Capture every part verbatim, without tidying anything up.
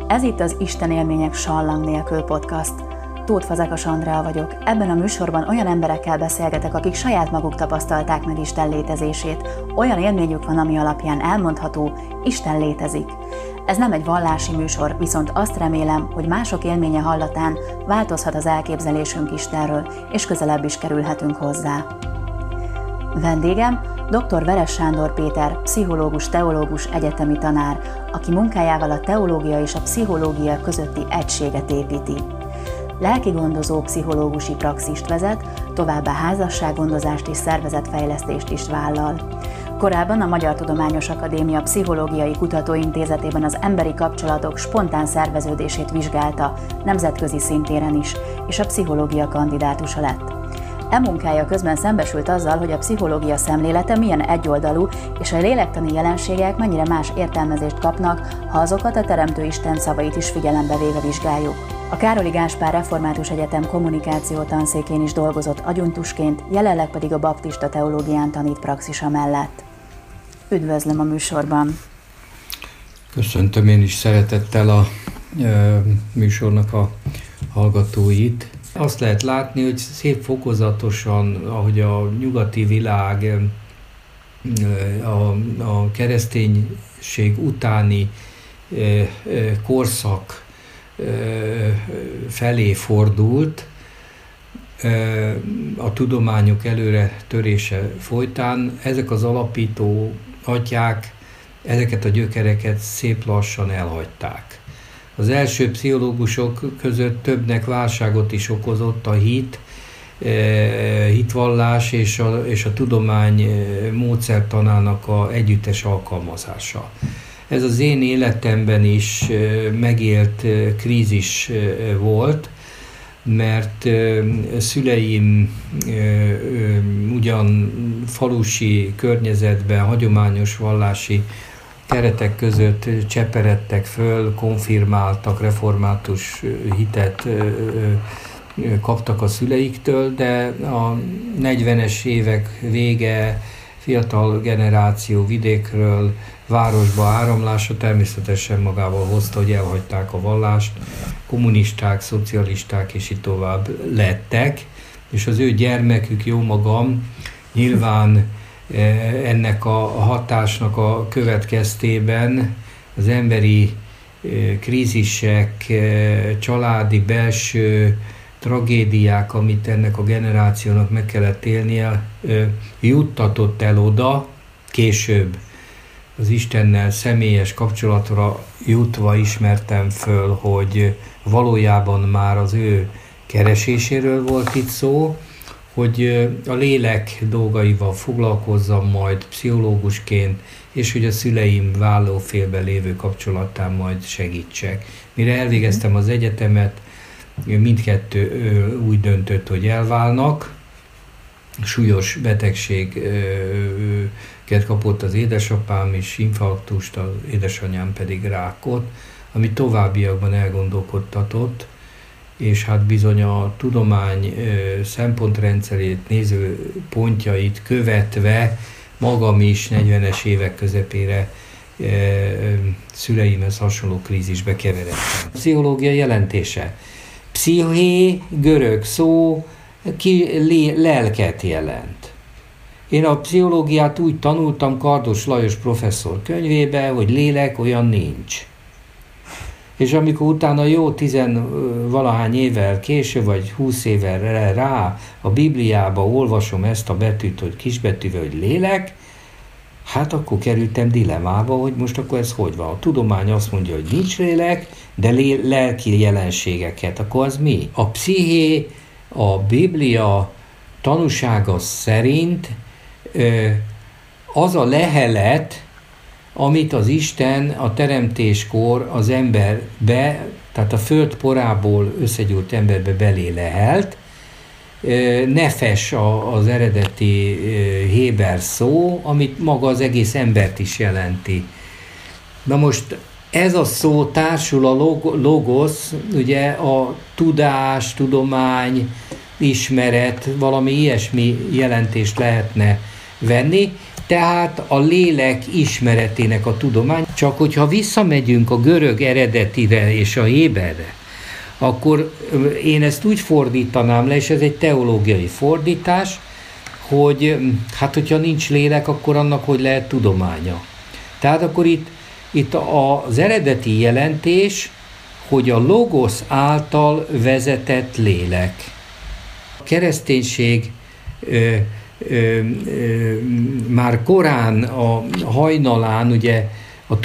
Ez itt az Isten élmények sallang nélkül podcast. Tóth Fazekas Andrea vagyok. Ebben a műsorban olyan emberekkel beszélgetek, akik saját maguk tapasztalták meg Isten létezését. Olyan élményük van, ami alapján elmondható, Isten létezik. Ez nem egy vallási műsor, viszont azt remélem, hogy mások élménye hallatán változhat az elképzelésünk Istenről, és közelebb is kerülhetünk hozzá. Vendégem dr. Veres Sándor Péter, pszichológus, teológus, egyetemi tanár, aki munkájával a teológia és a pszichológia közötti egységet építi. Lelkigondozó pszichológusi praxist vezet, továbbá házassággondozást és szervezetfejlesztést is vállal. Korábban a Magyar Tudományos Akadémia Pszichológiai Kutatóintézetében az emberi kapcsolatok spontán szerveződését vizsgálta, nemzetközi szintéren is, és a pszichológia kandidátusa lett. E munkája közben szembesült azzal, hogy a pszichológia szemlélete milyen egyoldalú, és a lélektani jelenségek mennyire más értelmezést kapnak, ha azokat a Teremtő Isten szavait is figyelembe véve vizsgáljuk. A Károli Gáspár Református Egyetem kommunikáció tanszékén is dolgozott adjunktusként, jelenleg pedig a baptista teológián tanít praxisa mellett. Üdvözlöm a műsorban! Köszöntöm én is szeretettel a e, műsornak a hallgatóit. Azt lehet látni, hogy szép fokozatosan, ahogy a nyugati világ a, a kereszténység utáni korszak felé fordult, a tudományok előre törése folytán, ezek az alapító atyák ezeket a gyökereket szép lassan elhagyták. Az első pszichológusok között többnek válságot is okozott a hit, hitvallás és a, és a tudomány módszertanának a együttes alkalmazása. Ez az én életemben is megélt krízis volt, mert szüleim ugyan falusi környezetben, hagyományos vallási keretek között cseperedtek föl, konfirmáltak, református hitet kaptak a szüleiktől, de a negyvenes évek vége, fiatal generáció vidékről városba áramlása természetesen magával hozta, hogy elhagyták a vallást, kommunisták, szocialisták és így tovább lettek, és az ő gyermekük, jó magam, nyilván ennek a hatásnak a következtében az emberi krízisek, családi, belső tragédiák, amit ennek a generációnak meg kellett élnie, juttatott el oda, később az Istennel személyes kapcsolatra jutva ismertem föl, hogy valójában már az ő kereséséről volt itt szó, hogy a lélek dolgaival foglalkozzam majd pszichológusként, és hogy a szüleim vállófélben lévő kapcsolatán majd segítsek. Mire elvégeztem az egyetemet, mindkettő úgy döntött, hogy elválnak. Súlyos betegséget kapott az édesapám is, infarktust, az édesanyám pedig rákot, ami továbbiakban elgondolkodtatott, és hát bizony a tudomány szempontrendszerét, nézőpontjait követve magam is negyvenes évek közepére szüleimhez hasonló krízisbe keveredtem. Pszichológia jelentése. Psziché, görög szó, ki lelket jelent. Én a pszichológiát úgy tanultam Kardos Lajos professzor könyvébe, hogy lélek olyan nincs. És amikor utána jó tizenvalahány évvel később, vagy húsz évvel rá a Bibliába olvasom ezt a betűt, hogy kisbetűvel, hogy lélek, hát akkor kerültem dilemmába, hogy most akkor ez hogy van. A tudomány azt mondja, hogy nincs lélek, de lé- lelki jelenségeket, akkor az mi? A psziché, a Biblia tanúsága szerint ö, az a lehelet, amit az Isten a teremtéskor az emberbe, tehát a föld porából összegyúrt emberbe belé lehelt. Nefes az eredeti héber szó, amit maga az egész embert is jelenti. Na most ez a szó társul a logosz, ugye a tudás, tudomány, ismeret, valami ilyesmi jelentést lehetne venni, tehát a lélek ismeretének a tudomány. Csak hogyha visszamegyünk a görög eredetire és a héberre, akkor én ezt úgy fordítanám le, és ez egy teológiai fordítás, hogy hát hogyha nincs lélek, akkor annak hogy lehet tudománya. Tehát akkor itt, itt az eredeti jelentés, hogy a logosz által vezetett lélek. A kereszténység ö, ö, ö, már korán a hajnalán ugye a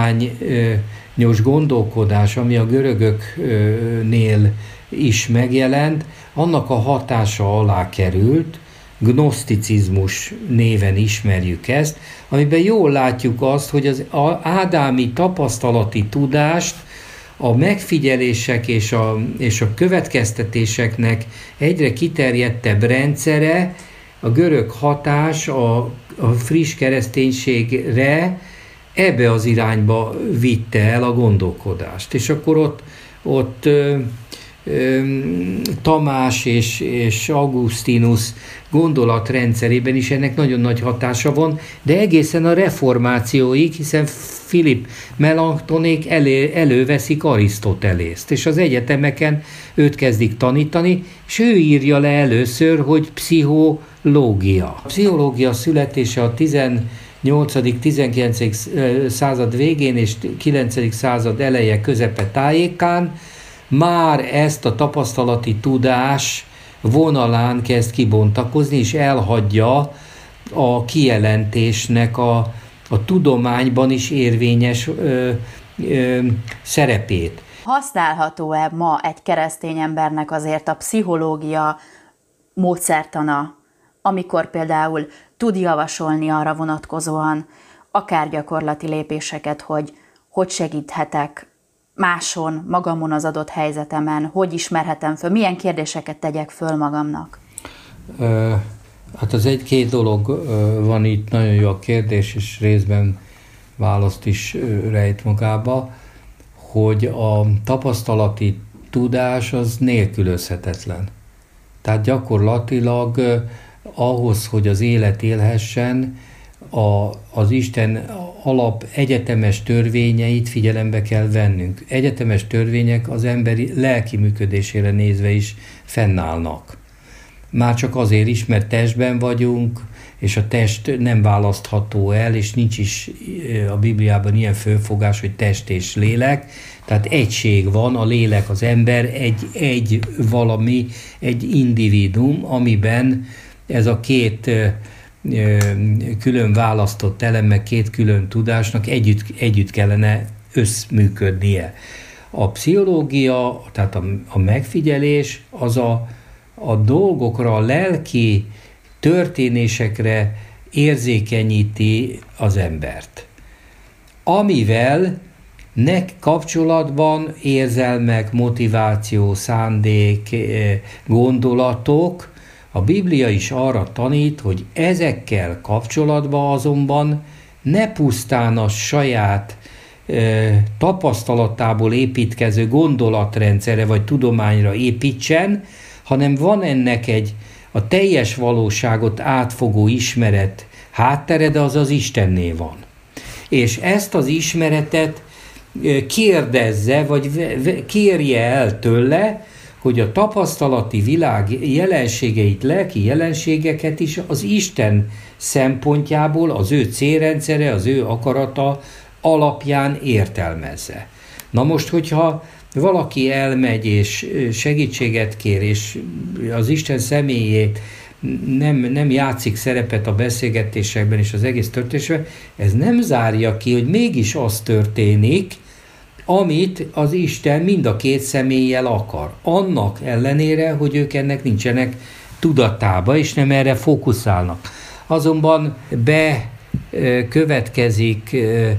tudományos gondolkodás, ami a görögöknél is megjelent, annak a hatása alá került, gnoszticizmus néven ismerjük ezt, amiben jól látjuk azt, hogy az ádámi tapasztalati tudást a megfigyelések és a, és a következtetéseknek egyre kiterjedtebb rendszere, a görög hatás a, a friss kereszténységre ebbe az irányba vitte el a gondolkodást. És akkor ott, ott ö, ö, Tamás és, és Augustinus gondolatrendszerében is ennek nagyon nagy hatása van, de egészen a reformációig, hiszen Philipp Melanchthonnék elő, előveszik Arisztotelészt, és az egyetemeken őt kezdik tanítani, és ő írja le először, hogy pszichológia. A pszichológia születése a tizennyolcadik-tizenkilencedik század végén és kilencedik század eleje közepe tájékán már ezt a tapasztalati tudás vonalán kezd kibontakozni, és elhagyja a kijelentésnek a, a tudományban is érvényes ö, ö, szerepét. Használható-e ma egy keresztény embernek azért a pszichológia módszertana, amikor például tud javasolni arra vonatkozóan akár gyakorlati lépéseket, hogy hogy segíthetek máson, magamon az adott helyzetemen, hogy ismerhetem föl, milyen kérdéseket tegyek föl magamnak? Uh, hát az egy-két dolog uh, van itt, nagyon jó a kérdés, és részben választ is uh, rejt magába, hogy a tapasztalati tudás az nélkülözhetetlen. Tehát gyakorlatilag uh, ahhoz, hogy az élet élhessen, a, az Isten alap egyetemes törvényeit figyelembe kell vennünk. Egyetemes törvények az emberi lelki működésére nézve is fennállnak. Már csak azért is, mert testben vagyunk, és a test nem választható el, és nincs is a Bibliában ilyen fölfogás, hogy test és lélek. Tehát egység van, a lélek, az ember, egy, egy valami, egy individuum, amiben ez a két külön választott elem, meg két külön tudásnak együtt, együtt kellene összműködnie. A pszichológia, tehát a, a megfigyelés, az a, a dolgokra, a lelki történésekre érzékenyíti az embert. Amivel nek kapcsolatban érzelmek, motiváció, szándék, gondolatok, a Biblia is arra tanít, hogy ezekkel kapcsolatban azonban ne pusztán a saját e, tapasztalatából építkező gondolatrendszerre vagy tudományra építsen, hanem van ennek egy a teljes valóságot átfogó ismeret háttere, de az az Istenné van. És ezt az ismeretet kérdezze, vagy kérje el tőle, hogy a tapasztalati világ jelenségeit, lelki jelenségeket is az Isten szempontjából, az ő célrendszere, az ő akarata alapján értelmezze. Na most, hogyha valaki elmegy és segítséget kér, és az Isten személyét nem, nem játszik szerepet a beszélgetésekben és az egész történésben, ez nem zárja ki, hogy mégis az történik, amit az Isten mind a két személlyel akar. Annak ellenére, hogy ők ennek nincsenek tudatába, és nem erre fókuszálnak. Azonban bekövetkezik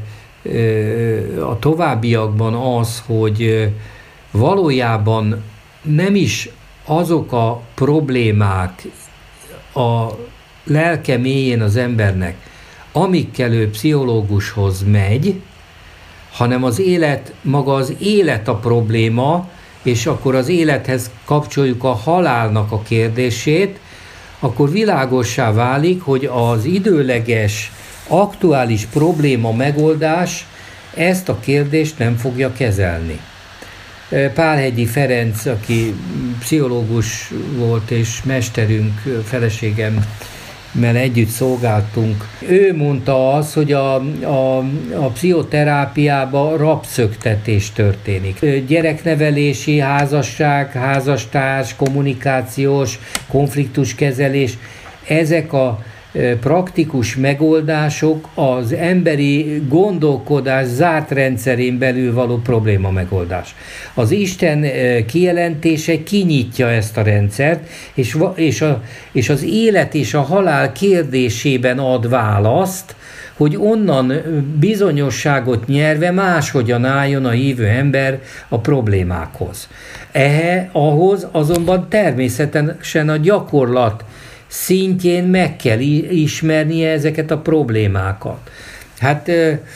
a továbbiakban az, hogy valójában nem is azok a problémák a lelke mélyén az embernek, amikkel ő pszichológushoz megy, hanem az élet, maga az élet a probléma, és akkor az élethez kapcsoljuk a halálnak a kérdését, akkor világossá válik, hogy az időleges, aktuális probléma megoldás ezt a kérdést nem fogja kezelni. Pálhegyi Ferenc, aki pszichológus volt és mesterünk, feleségemmel együtt szolgáltunk, ő mondta azt, hogy a, a, a pszichoterápiában rabszöktetés történik. Gyereknevelési, házasság, házastárs, kommunikációs, konfliktuskezelés, ezek a praktikus megoldások az emberi gondolkodás zárt rendszerén belül való probléma megoldás. Az Isten kijelentése kinyitja ezt a rendszert, és, és, a, és az élet és a halál kérdésében ad választ, hogy onnan bizonyosságot nyerve máshogyan álljon a hívő ember a problémákhoz. Ehe, ahhoz azonban természetesen a gyakorlat szintjén meg kell ismernie ezeket a problémákat. Hát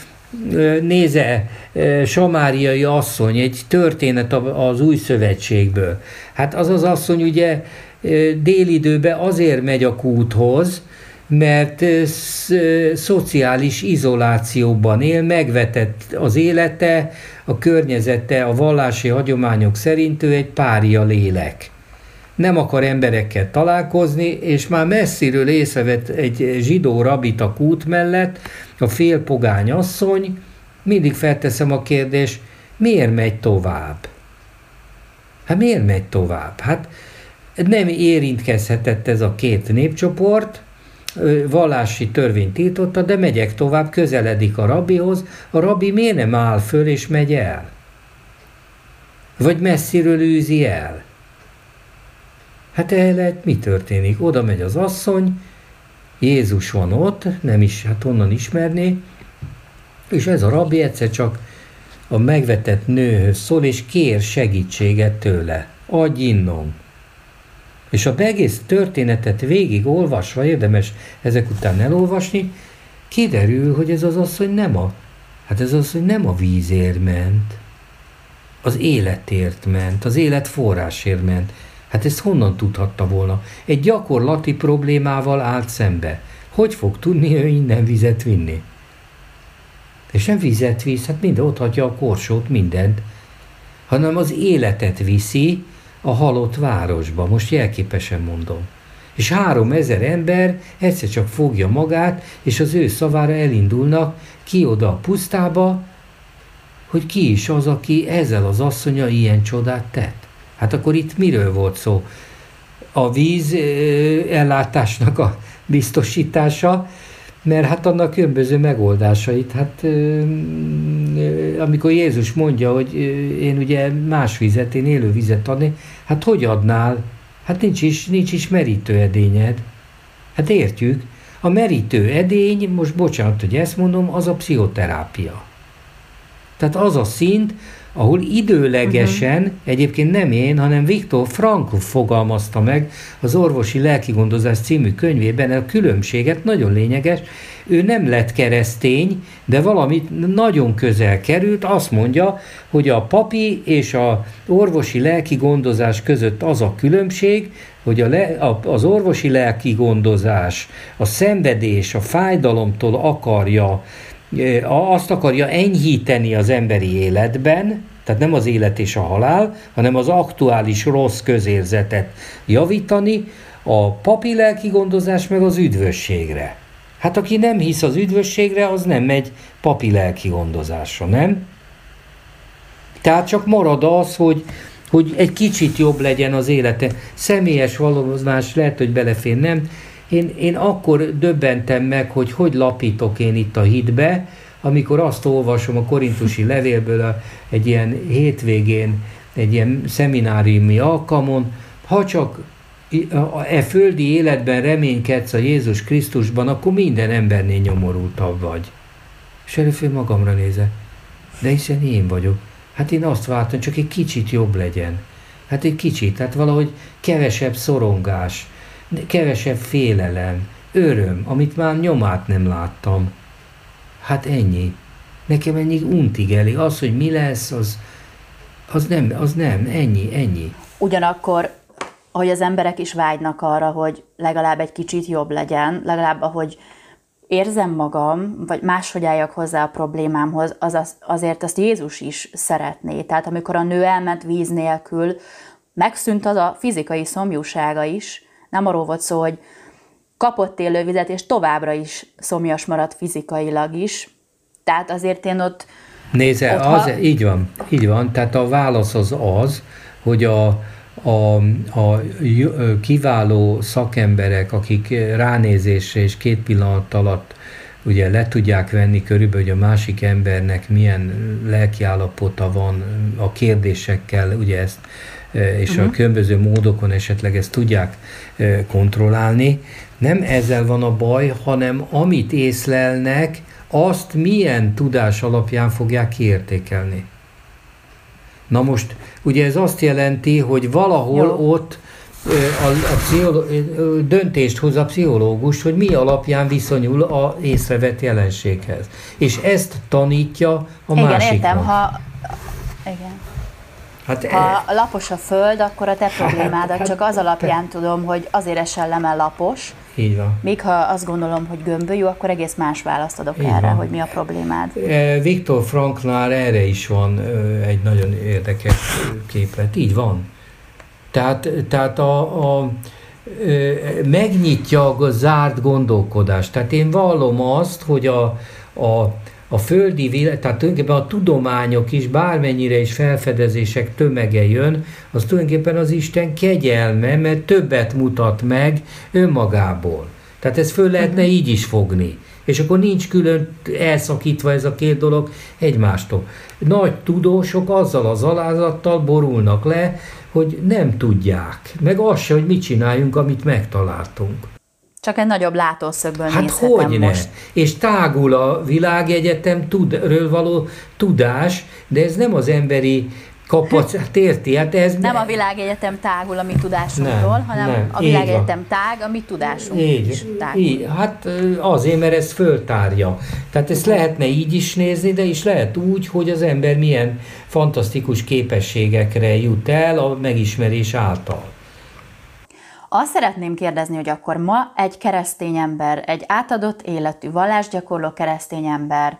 nézze, Samáriai asszony, egy történet az Új Szövetségből. Hát az az asszony ugye délidőben azért megy a kúthoz, mert szociális izolációban él, megvetett az élete, a környezete, a vallási hagyományok szerint ő egy pária lélek. Nem akar emberekkel találkozni, és már messziről észrevett egy zsidó rabit a kút mellett, a félpogány asszony, mindig felteszem a kérdést, miért megy tovább? Hát miért megy tovább? Hát nem érintkezhetett ez a két népcsoport, vallási törvény tiltotta, de megyek tovább, közeledik a rabihoz, a rabi miért nem áll föl és megy el? Vagy messziről űzi el? Hát el lehet, mi történik? Oda megy az asszony, Jézus van ott, nem is, hát onnan ismerné, és ez a rabbi egyszer csak a megvetett nőhöz szól, és kér segítséget tőle. Adj innom. És a egész történetet végig olvasva, érdemes ezek után elolvasni, kiderül, hogy ez az asszony nem a, hát ez az asszony nem a vízért ment, az életért ment, az élet forrásért ment. Hát ezt honnan tudhatta volna? Egy gyakorlati problémával állt szembe. Hogy fog tudni ő innen vizet vinni? És nem vizet visz, hát minden ott hagyja a korsót, mindent, hanem az életet viszi a halott városba. Most jelképesen mondom. És három ezer ember egyszer csak fogja magát, és az ő szavára elindulnak ki oda a pusztába, hogy ki is az, aki ezzel az asszonya ilyen csodát tett. Hát akkor itt miről volt szó? A víz ellátásnak a biztosítása, mert hát annak különböző megoldásait, hát amikor Jézus mondja, hogy én ugye más vizet, én élő vizet adni, hát hogy adnál? Hát nincs is, nincs is merítő edényed. Hát értjük, a merítő edény, most bocsánat, hogy ezt mondom, az a pszichoterápia. Tehát az a szint, ahol időlegesen, uh-huh. egyébként nem én, hanem Viktor Frankl fogalmazta meg az Orvosi Lelkigondozás című könyvében a különbséget, nagyon lényeges, ő nem lett keresztény, de valamit nagyon közel került, azt mondja, hogy a papi és az orvosi lelkigondozás között az a különbség, hogy a le, a, az orvosi lelkigondozás a szenvedés, a fájdalomtól akarja azt akarja enyhíteni az emberi életben, tehát nem az élet és a halál, hanem az aktuális rossz közérzetet javítani, a papi lelkigondozás meg az üdvösségre. Hát aki nem hisz az üdvösségre, az nem megy papi lelkigondozásra, nem? Tehát csak marad az, hogy, hogy egy kicsit jobb legyen az élete. Személyes valózás lehet, hogy belefér, nem? Én, én akkor döbbentem meg, hogy hogy lapítok én itt a hitbe, amikor azt olvasom a korintusi levélből a, egy ilyen hétvégén, egy ilyen szemináriumi alkalmon, ha csak e földi életben reménykedsz a Jézus Krisztusban, akkor minden embernél nyomorultabb vagy. És előfél magamra nézek, de hiszen én vagyok. Hát én azt vártam, csak egy kicsit jobb legyen. Hát egy kicsit, hát valahogy kevesebb szorongás, kevesebb félelem, öröm, amit már nyomát nem láttam. Hát ennyi. Nekem ennyi untig elég. Az, hogy mi lesz, az, az, nem, az nem, ennyi, ennyi. Ugyanakkor ahogy az emberek is vágynak arra, hogy legalább egy kicsit jobb legyen, legalább ahogy érzem magam, vagy máshogy álljak hozzá a problémámhoz, az, az, azért azt Jézus is szeretné. Tehát amikor a nő elment víz nélkül, megszűnt az a fizikai szomjúsága is, nem arról volt szó, hogy kapott élővizet, és továbbra is szomjas maradt fizikailag is. Tehát azért én ott... Nézze, ott, az, ha... így van, így van. Tehát a válasz az az, hogy a, a, a kiváló szakemberek, akik ránézésre és két pillanat alatt ugye le tudják venni körülbelül, hogy a másik embernek milyen lelkiállapota van a kérdésekkel, ugye ezt, és uh-huh. a különböző módokon esetleg ezt tudják kontrollálni. Nem ezzel van a baj, hanem amit észlelnek, azt milyen tudás alapján fogják kiértékelni. Na most, ugye ez azt jelenti, hogy valahol Jó. ott a, a pszicholó, döntést hoz a pszichológus, hogy mi alapján viszonyul a észrevett jelenséghez. És ezt tanítja a igen, másiknak. Igen, értem, ha... Igen. Hát ha e... lapos a föld, akkor a te problémádat hát, csak az alapján te... tudom, hogy azért esel le, mert lapos. Így van. Míg ha azt gondolom, hogy gömbölyű, akkor egész más választ adok Így erre, van. Hogy mi a problémád. Viktor Franknál erre is van egy nagyon érdekes képlet. Így van. Tehát, tehát a, a, megnyitja a zárt gondolkodást. Tehát én vallom azt, hogy a, a A földi világ, tehát tulajdonképpen a tudományok is, bármennyire is felfedezések tömege jön, az tulajdonképpen az Isten kegyelme, mert többet mutat meg önmagából. Tehát ezt föl lehetne így is fogni. És akkor nincs külön elszakítva ez a két dolog egymástól. Nagy tudósok azzal az alázattal borulnak le, hogy nem tudják. Meg az se, hogy mit csináljunk, amit megtaláltunk. Csak egy nagyobb látószögből hát nézhetem hogyne. most. És tágul a világegyetem tud, való tudás, de ez nem az emberi kapacitás, érti? Hát ez nem a világegyetem tágul a mi tudásunkról, nem, hanem nem. a világegyetem tág a mi tudásunk így, is tágul. Így. Hát azért, mert ez föltárja. Tehát ezt lehetne így is nézni, de is lehet úgy, hogy az ember milyen fantasztikus képességekre jut el a megismerés által. Azt szeretném kérdezni, hogy akkor ma egy keresztény ember, egy átadott életű, vallásgyakorló keresztény ember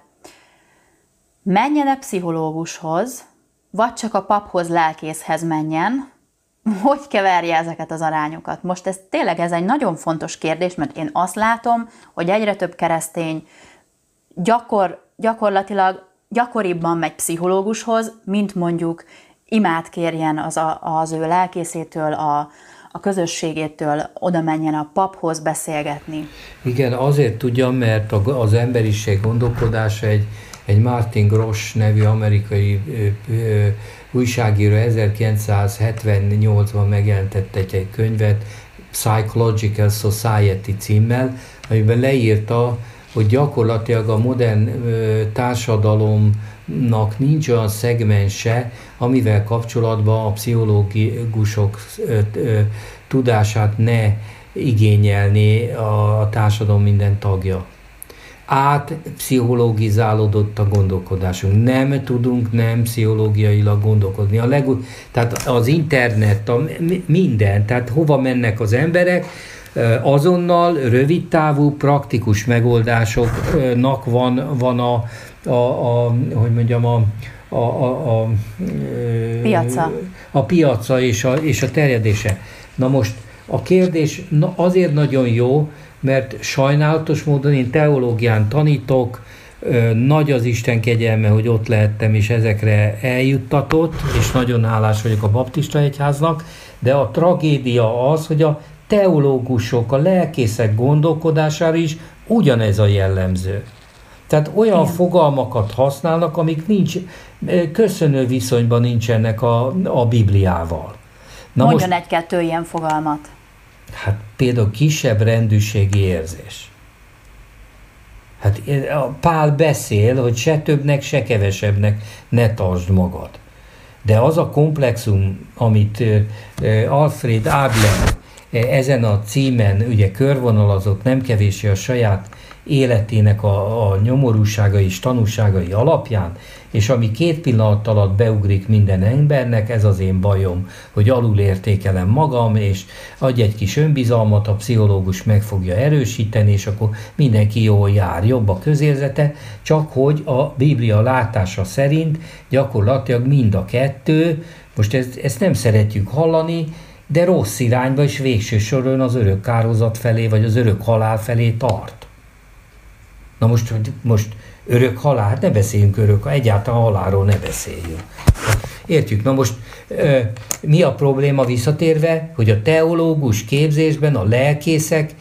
menjen-e pszichológushoz, vagy csak a paphoz, lelkészhez menjen, hogy keverje ezeket az arányokat? Most ez tényleg ez egy nagyon fontos kérdés, mert én azt látom, hogy egyre több keresztény gyakor, gyakorlatilag gyakoribban megy pszichológushoz, mint mondjuk imát kérjen az, a, az ő lelkészétől, a a közösségétől, oda menjen a paphoz beszélgetni. Igen, azért tudja, mert az emberiség gondolkodása egy, egy Martin Gross nevű amerikai ö, ö, újságíró ezerkilencszázhetvennyolcban megjelentett egy könyvet, Psychological Society címmel, amiben leírta, hogy gyakorlatilag a modern ö, társadalomnak nincs olyan szegmense, amivel kapcsolatban a pszichológusok ö, ö, tudását ne igényelni a társadalom minden tagja. Át pszichológizálódott a gondolkodásunk. Nem tudunk nem pszichológiailag gondolkodni. A leg, tehát az internet, a minden, tehát hova mennek az emberek, azonnal rövidtávú, praktikus megoldásoknak van, van a, a, a, hogy mondjam, a, a, a, a, piaca. a piaca és a, és a terjedése. Na most a kérdés azért nagyon jó, mert sajnálatos módon én teológián tanítok, nagy az Isten kegyelme, hogy ott lehettem, és ezekre eljuttatott, és nagyon hálás vagyok a baptista egyháznak, de a tragédia az, hogy a teológusok, a lelkészek gondolkodására is ugyanez a jellemző. Tehát olyan Igen. fogalmakat használnak, amik nincs, köszönő viszonyban nincsenek a, a Bibliával. Na Mondjon most, egy-kettő ilyen fogalmat. Hát például kisebb rendűségi érzés. Hát a Pál beszél, hogy se többnek, se kevesebbnek ne tartsd magad. De az a komplexum, amit Alfred Adler ezen a címen ugye körvonalazott nem kevéssé a saját életének a, a nyomorúságai és tanúságai alapján, és ami két pillanat alatt beugrik minden embernek, ez az én bajom, hogy alul értékelem magam, és adj egy kis önbizalmat, a pszichológus meg fogja erősíteni, és akkor mindenki jól jár, jobb a közérzete, csak hogy a Biblia látása szerint gyakorlatilag mind a kettő, most ezt, ezt nem szeretjük hallani, de rossz irányba és végső soron az örök kárhozat felé, vagy az örök halál felé tart. Na most, most örök halál, hát ne beszéljünk örök, egyáltalán halálról ne beszéljünk. Értjük? Na most mi a probléma visszatérve, hogy a teológus képzésben a lelkészek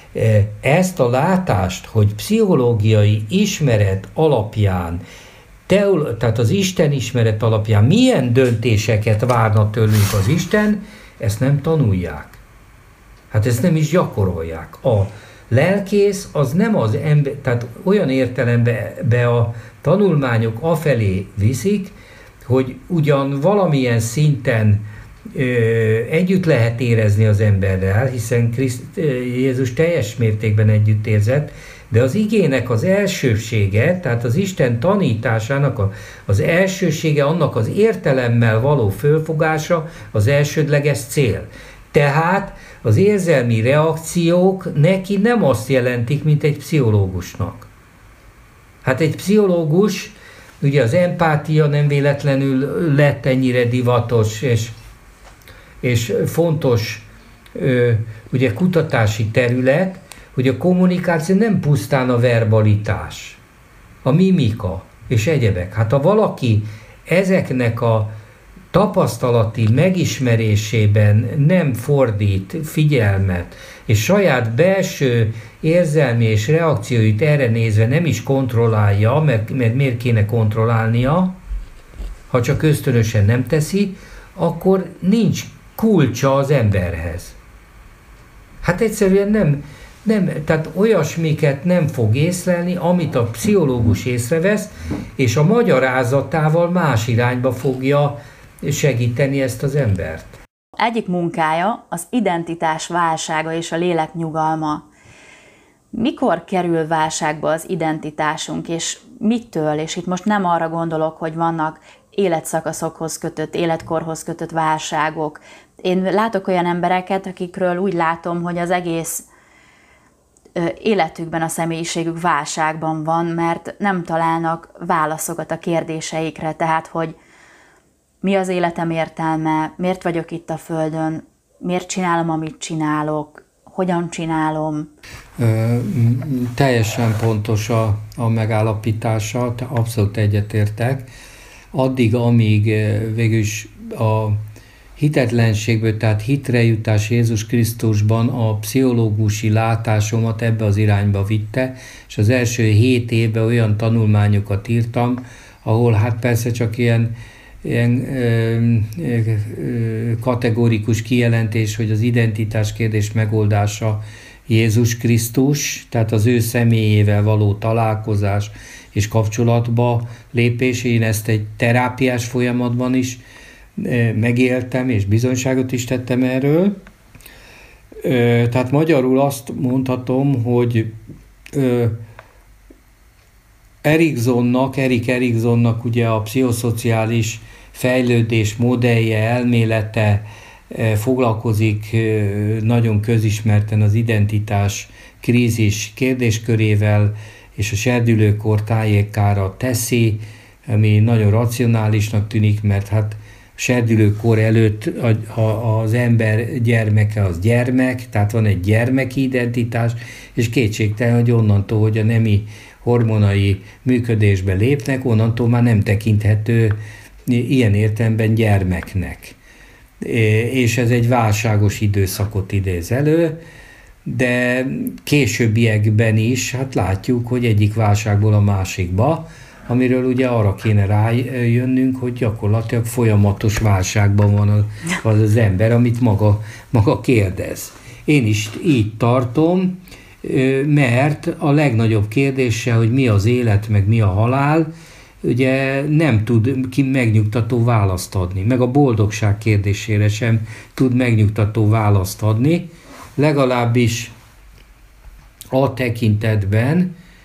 ezt a látást, hogy pszichológiai ismeret alapján, teol- tehát az Isten ismeret alapján milyen döntéseket várna tőlünk az Isten, ezt nem tanulják. Hát ezt nem is gyakorolják. A lelkész az nem az ember, tehát olyan értelemben be a tanulmányok afelé viszik, hogy ugyan valamilyen szinten ö, együtt lehet érezni az emberrel, hiszen Kriszt, Jézus teljes mértékben együtt érzett, de az igének az elsősége, tehát az Isten tanításának a, az elsősége, annak az értelemmel való fölfogása az elsődleges cél. Tehát az érzelmi reakciók neki nem azt jelentik, mint egy pszichológusnak. Hát egy pszichológus, ugye az empátia nem véletlenül lett ennyire divatos és, és fontos ugye kutatási terület, hogy a kommunikáció nem pusztán a verbalitás, a mimika és egyebek. Hát ha valaki ezeknek a tapasztalati megismerésében nem fordít figyelmet, és saját belső érzelmi és reakcióit erre nézve nem is kontrollálja, mert, mert miért kéne kontrollálnia, ha csak ösztönösen nem teszi, akkor nincs kulcsa az emberhez. Hát egyszerűen nem, nem, tehát olyasmiket nem fog észlelni, amit a pszichológus észrevesz, és a magyarázatával más irányba fogja segíteni ezt az embert. Egyik munkája az identitás válsága és a lélek nyugalma. Mikor kerül válságba az identitásunk, és mitől? És itt most nem arra gondolok, hogy vannak életszakaszokhoz kötött, életkorhoz kötött válságok. Én látok olyan embereket, akikről úgy látom, hogy az egész életükben a személyiségük válságban van, mert nem találnak válaszokat a kérdéseikre, tehát hogy mi az életem értelme, miért vagyok itt a Földön, miért csinálom, amit csinálok, hogyan csinálom. Ö, teljesen pontos a, a megállapítása, abszolút egyetértek. Addig, amíg végülis a hitetlenségből, tehát hitre jutás Jézus Krisztusban a pszichológusi látásomat ebbe az irányba vitte, és az első hét évben olyan tanulmányokat írtam, ahol hát persze csak ilyen ilyen ö, ö, kategórikus kijelentés, hogy az identitás kérdés megoldása Jézus Krisztus, tehát az ő személyével való találkozás és kapcsolatba lépés. Én ezt egy terápiás folyamatban is ö, megéltem, és bizonyságot is tettem erről. Ö, tehát magyarul azt mondhatom, hogy ö, Eriksonnak, Erik Eriksonnak ugye a pszichoszociális fejlődés modellje, elmélete foglalkozik nagyon közismerten az identitás krízis kérdéskörével, és a serdülőkor tájékára teszi, ami nagyon racionálisnak tűnik, mert hát a serdülőkor előtt az ember gyermeke az gyermek, tehát van egy gyermeki identitás, és kétségtelen, hogy onnantól, hogy a nemi hormonai működésbe lépnek, onnantól már nem tekinthető ilyen értelemben gyermeknek. És ez egy válságos időszakot idéz elő, de későbbiekben is hát látjuk, hogy egyik válságból a másikba, amiről ugye arra kéne rájönnünk, hogy gyakorlatilag folyamatos válságban van az, az ember, amit maga, maga kérdez. Én is így tartom, mert a legnagyobb kérdése, hogy mi az élet, meg mi a halál, ugye nem tud ki megnyugtató választ adni, meg a boldogság kérdésére sem tud megnyugtató választ adni, legalábbis a tekintetben,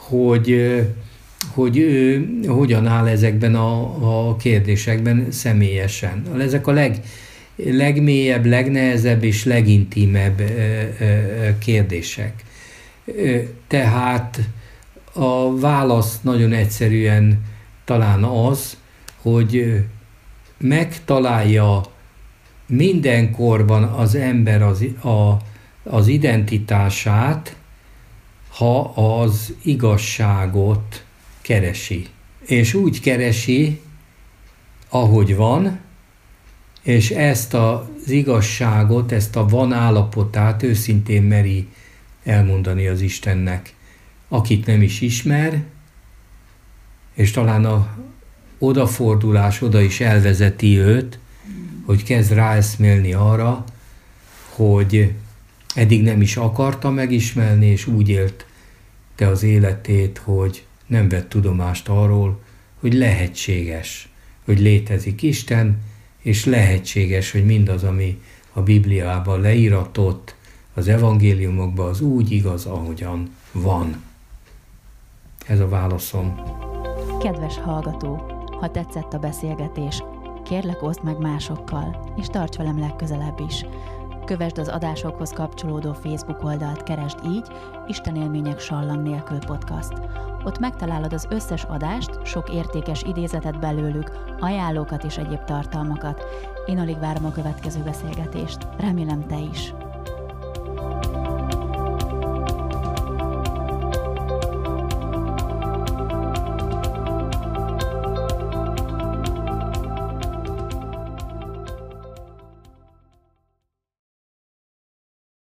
hogy, hogy ő hogyan áll ezekben a, a kérdésekben személyesen. Ezek a leg, legmélyebb, legnehezebb és legintimebb kérdések. Tehát a válasz nagyon egyszerűen talán az, hogy megtalálja mindenkorban az ember az, a, az identitását, ha az igazságot keresi. És úgy keresi, ahogy van, és ezt az igazságot, ezt a van állapotát őszintén meri elmondani az Istennek, akit nem is ismer, és talán a odafordulás oda is elvezeti őt, hogy kezd ráeszmélni arra, hogy eddig nem is akarta megismerni, és úgy élte az életét, hogy nem vett tudomást arról, hogy lehetséges, hogy létezik Isten, és lehetséges, hogy mindaz, ami a Bibliában leíratott, az evangéliumokban, az úgy igaz, ahogyan van. Ez a válaszom. Kedves hallgató, ha tetszett a beszélgetés, kérlek oszd meg másokkal, és tarts velem legközelebb is. Kövesd az adásokhoz kapcsolódó Facebook oldalt, keresd így Istenélmények sallang nélkül podcast. Ott megtalálod az összes adást, sok értékes idézetet belőlük, ajánlókat és egyéb tartalmakat. Én alig várom a következő beszélgetést. Remélem te is.